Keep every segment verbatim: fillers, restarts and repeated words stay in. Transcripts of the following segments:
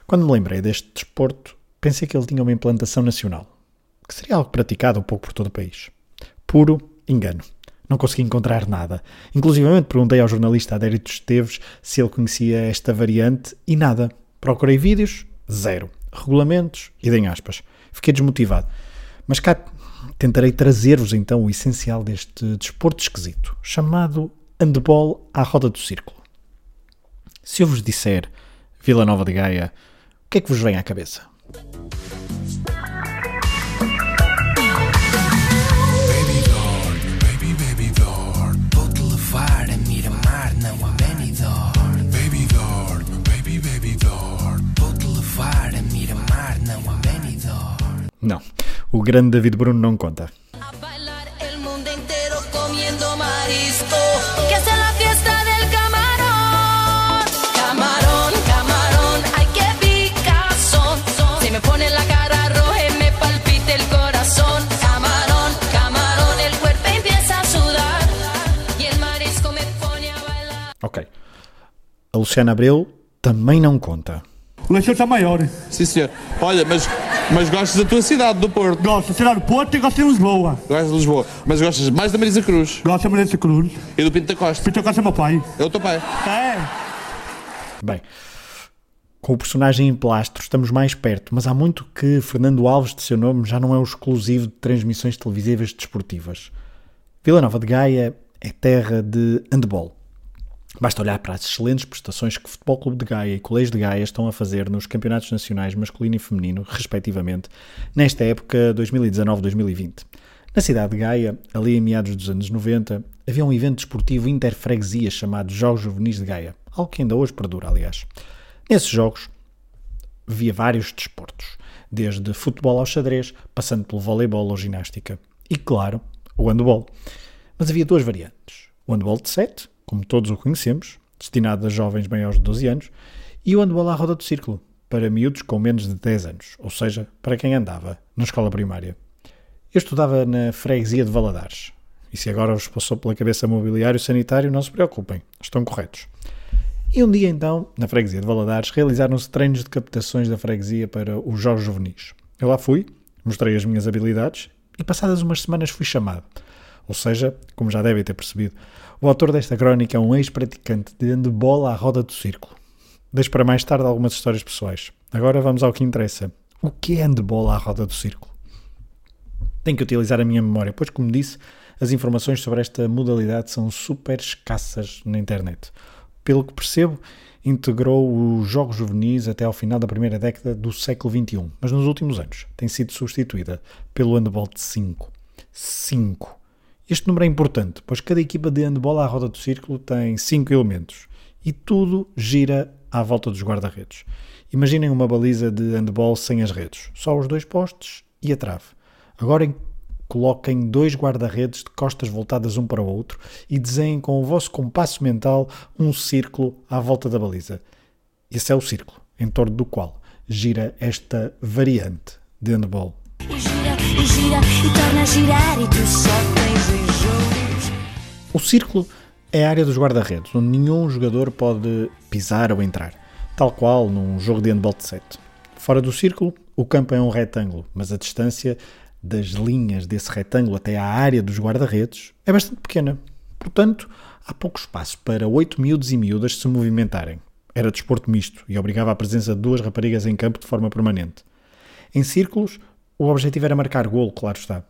Quando me lembrei deste desporto, pensei que ele tinha uma implantação nacional, que seria algo praticado um pouco por todo o país. Puro engano. Não consegui encontrar nada. Inclusivamente perguntei ao jornalista Adérito Esteves se ele conhecia esta variante e nada. Procurei vídeos, zero. Regulamentos, idem aspas. Fiquei desmotivado. Mas cá tentarei trazer-vos então o essencial deste desporto esquisito, chamado handball à roda do círculo. Se eu vos disser Vila Nova de Gaia, o que é que vos vem à cabeça? Não, o grande David Bruno não conta. Ok. A Luciana Abreu também não conta. O Leixão está maior. Sim, senhor. Olha, mas, mas gostas da tua cidade, do Porto? Gosto da cidade do Porto e gosto de Lisboa. Gostas de Lisboa. Mas gostas mais da Marisa Cruz? Gosto da Marisa Cruz. E do Pinto da Costa? Pinto da Costa é meu pai. É o teu pai? É. Bem, com o personagem em plastro estamos mais perto, mas há muito que Fernando Alves, de seu nome, já não é o exclusivo de transmissões televisivas desportivas. Vila Nova de Gaia é terra de handball. Basta olhar para as excelentes prestações que o Futebol Clube de Gaia e Colégio de Gaia estão a fazer nos campeonatos nacionais masculino e feminino, respectivamente, nesta época dois mil e dezanove a dois mil e vinte. Na cidade de Gaia, ali em meados dos anos noventa, havia um evento desportivo interfreguesia chamado Jogos Juvenis de Gaia, algo que ainda hoje perdura, aliás. Nesses jogos havia vários desportos, desde futebol ao xadrez, passando pelo voleibol ou ginástica. E, claro, o handball. Mas havia duas variantes. O handball de sete, como todos o conhecemos, destinado a jovens maiores de doze anos, e o handball à roda do círculo, para miúdos com menos de dez anos, ou seja, para quem andava na escola primária. Eu estudava na freguesia de Valadares, e se agora vos passou pela cabeça mobiliário sanitário, não se preocupem, estão corretos. E um dia então, na freguesia de Valadares, realizaram-se treinos de captações da freguesia para os Jogos Juvenis. Eu lá fui, mostrei as minhas habilidades, e passadas umas semanas fui chamado. Ou seja, como já devem ter percebido, o autor desta crónica é um ex-praticante de handball à roda do círculo. Deixo para mais tarde algumas histórias pessoais. Agora vamos ao que interessa. O que é handball à roda do círculo? Tenho que utilizar a minha memória, pois, como disse, as informações sobre esta modalidade são super escassas na internet. Pelo que percebo, integrou os Jogos Juvenis até ao final da primeira década do século vinte e um, mas nos últimos anos tem sido substituída pelo handball de cinco. cinco. Este número é importante, pois cada equipa de handball à roda do círculo tem cinco elementos e tudo gira à volta dos guarda-redes. Imaginem uma baliza de handball sem as redes, só os dois postes e a trave. Agora coloquem dois guarda-redes de costas voltadas um para o outro e desenhem com o vosso compasso mental um círculo à volta da baliza. Esse é o círculo em torno do qual gira esta variante de handball. E gira, e gira, e torna a girar, e tu só tens enjoos. O círculo é a área dos guarda-redes, onde nenhum jogador pode pisar ou entrar, tal qual num jogo de handball de sete. Fora do círculo, o campo é um retângulo, mas a distância das linhas desse retângulo até à área dos guarda-redes é bastante pequena. Portanto, há pouco espaço para oito miúdos e miúdas se movimentarem. Era desporto misto e obrigava a presença de duas raparigas em campo de forma permanente. Em círculos, o objetivo era marcar golo, claro está.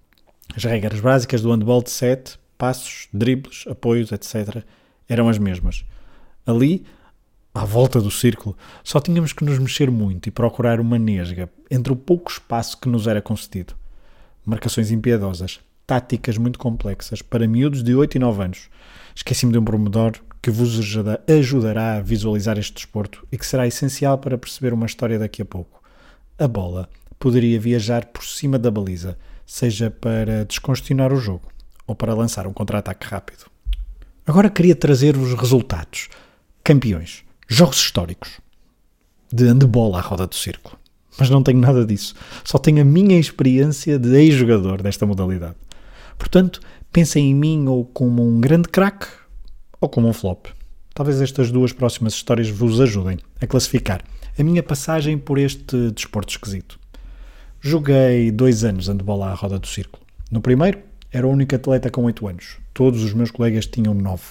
As regras básicas do handball de sete, passos, dribles, apoios, etcétera, eram as mesmas. Ali, à volta do círculo, só tínhamos que nos mexer muito e procurar uma nesga entre o pouco espaço que nos era concedido. Marcações impiedosas, táticas muito complexas para miúdos de oito e nove anos. Esqueci-me de um pormenor que vos ajudará a visualizar este desporto e que será essencial para perceber uma história daqui a pouco. A bola poderia viajar por cima da baliza, seja para descongestionar o jogo ou para lançar um contra-ataque rápido. Agora queria trazer-vos resultados. Campeões, jogos históricos de handball à roda do círculo. Mas não tenho nada disso. Só tenho a minha experiência de ex-jogador desta modalidade. Portanto, pensem em mim ou como um grande craque ou como um flop. Talvez estas duas próximas histórias vos ajudem a classificar a minha passagem por este desporto esquisito. Joguei dois anos handball à roda do círculo. No primeiro, era o único atleta com oito anos. Todos os meus colegas tinham nove.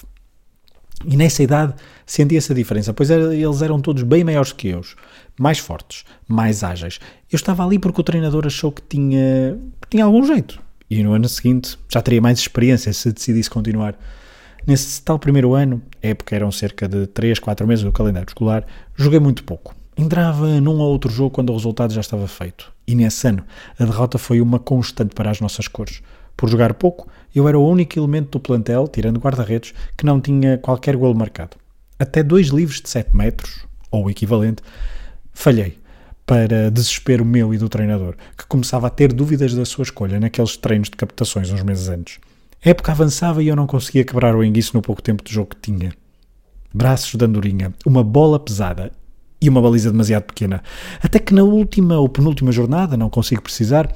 E nessa idade sentia-se a diferença, pois era, eles eram todos bem maiores que eu, mais fortes, mais ágeis. Eu estava ali porque o treinador achou que tinha, que tinha algum jeito. E no ano seguinte já teria mais experiência se decidisse continuar. Nesse tal primeiro ano, a época eram cerca de três, quatro meses do calendário escolar, joguei muito pouco. Entrava num ou outro jogo quando o resultado já estava feito. E nesse ano, a derrota foi uma constante para as nossas cores. Por jogar pouco, eu era o único elemento do plantel, tirando guarda-redes, que não tinha qualquer golo marcado. Até dois livros de sete metros, ou o equivalente, falhei, para desespero meu e do treinador, que começava a ter dúvidas da sua escolha naqueles treinos de captações uns meses antes. A época avançava e eu não conseguia quebrar o enguiço no pouco tempo de jogo que tinha. Braços de andorinha, uma bola pesada e uma baliza demasiado pequena. Até que na última ou penúltima jornada, não consigo precisar,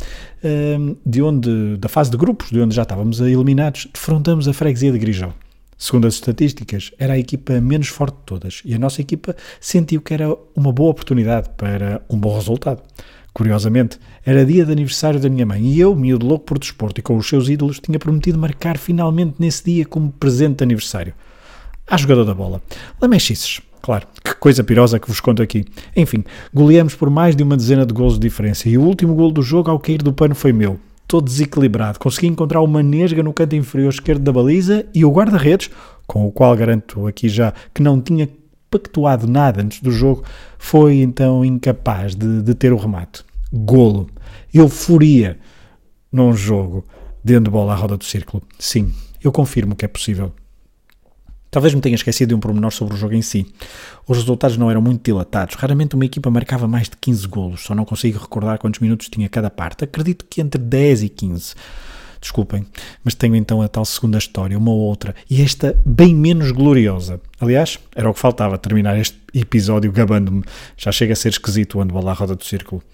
de onde, da fase de grupos, de onde já estávamos eliminados, defrontamos a freguesia de Grijão. Segundo as estatísticas, era a equipa menos forte de todas e a nossa equipa sentiu que era uma boa oportunidade para um bom resultado. Curiosamente, era dia de aniversário da minha mãe e eu, miúdo louco por desporto e com os seus ídolos, tinha prometido marcar finalmente nesse dia como presente de aniversário. À jogador da bola, Lamechices. Claro, que coisa pirosa que vos conto aqui. Enfim, goleamos por mais de uma dezena de golos de diferença e o último golo do jogo ao cair do pano foi meu. Todo desequilibrado, consegui encontrar uma nesga no canto inferior esquerdo da baliza e o guarda-redes, com o qual garanto aqui já que não tinha pactuado nada antes do jogo, foi então incapaz de, de ter o remate. Golo. Euforia num jogo de handball à roda do círculo. Sim, eu confirmo que é possível. Talvez me tenha esquecido de um pormenor sobre o jogo em si. Os resultados não eram muito dilatados. Raramente uma equipa marcava mais de quinze golos. Só não consigo recordar quantos minutos tinha cada parte. Acredito que entre dez e quinze. Desculpem, mas tenho então a tal segunda história, uma ou outra, e esta bem menos gloriosa. Aliás, era o que faltava, terminar este episódio gabando-me. Já chega a ser esquisito o handball à roda do círculo.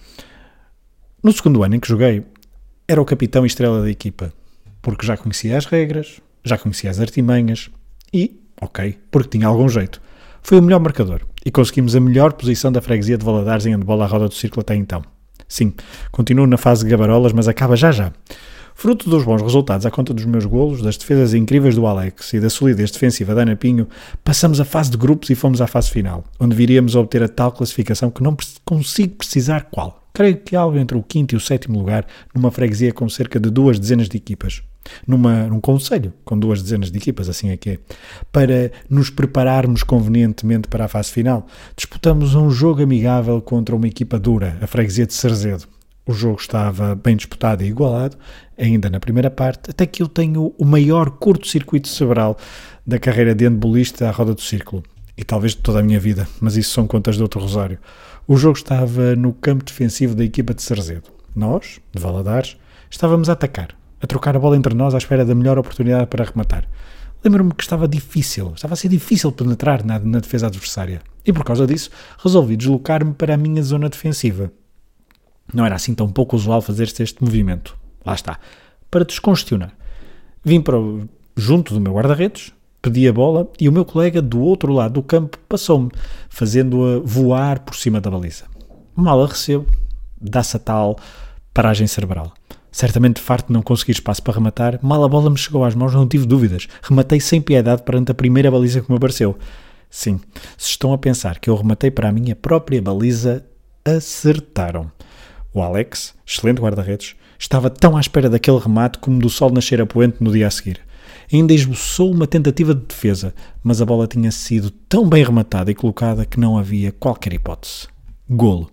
No segundo ano em que joguei, era o capitão e estrela da equipa, porque já conhecia as regras, já conhecia as artimanhas e... ok, porque tinha algum jeito. Foi o melhor marcador e conseguimos a melhor posição da freguesia de Valadares em handball à roda do círculo até então. Sim, continuo na fase de gabarolas, mas acaba já já. Fruto dos bons resultados à conta dos meus golos, das defesas incríveis do Alex e da solidez defensiva da Ana Pinho, passamos a fase de grupos e fomos à fase final, onde viríamos a obter a tal classificação que não consigo precisar qual. Creio que algo entre o quinto e o sétimo lugar, numa freguesia com cerca de duas dezenas de equipas. Numa, num concelho com duas dezenas de equipas, assim é que é. Para nos prepararmos convenientemente para a fase final, disputamos um jogo amigável contra uma equipa dura, a freguesia de Sarzedo. O jogo estava bem disputado e igualado, ainda na primeira parte, até que eu tenho o maior curto-circuito cerebral da carreira de handbolista à roda do círculo. E talvez de toda a minha vida, mas isso são contas de outro rosário. O jogo estava no campo defensivo da equipa de Sarzedo. Nós, de Valadares, estávamos a atacar, a trocar a bola entre nós à espera da melhor oportunidade para rematar. Lembro-me que estava difícil, estava a ser difícil penetrar na, na defesa adversária. E por causa disso, resolvi deslocar-me para a minha zona defensiva. Não era assim tão pouco usual fazer-se este movimento. Lá está. Para descongestionar. Vim para o, junto do meu guarda-redes, pedi a bola e o meu colega do outro lado do campo passou-me, fazendo-a voar por cima da baliza. Mal a recebo, dá-se a tal paragem cerebral. Certamente farto de não conseguir espaço para rematar, mal a bola me chegou às mãos, não tive dúvidas. Rematei sem piedade perante a primeira baliza que me apareceu. Sim, se estão a pensar que eu rematei para a minha própria baliza, acertaram. O Alex, excelente guarda-redes, estava tão à espera daquele remate como do sol nascer a poente no dia a seguir. Ainda esboçou uma tentativa de defesa, mas a bola tinha sido tão bem rematada e colocada que não havia qualquer hipótese. Golo.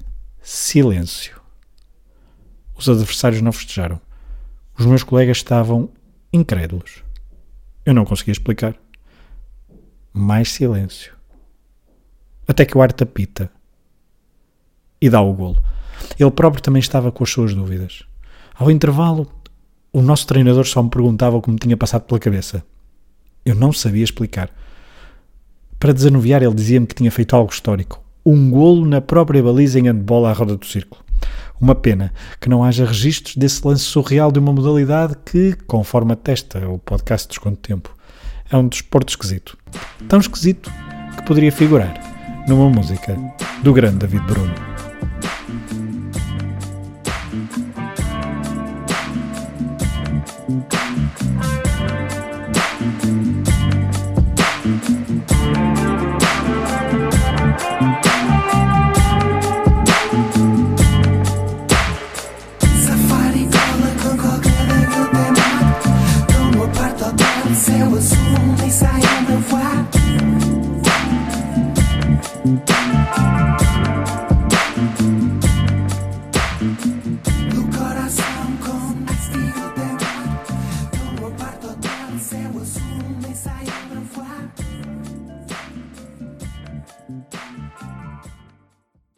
Silêncio. Os adversários não festejaram. Os meus colegas estavam incrédulos. Eu não conseguia explicar. Mais silêncio. Até que o árbitro apita e dá o golo. Ele próprio também estava com as suas dúvidas. Ao intervalo, o nosso treinador só me perguntava o que me tinha passado pela cabeça. Eu não sabia explicar. Para desanuviar, ele dizia-me que tinha feito algo histórico. Um golo na própria baliza em handball à roda do círculo. Uma pena que não haja registros desse lance surreal de uma modalidade que, conforme atesta o podcast Desconto Tempo, é um desporto esquisito. Tão esquisito que poderia figurar numa música do grande David Bruno.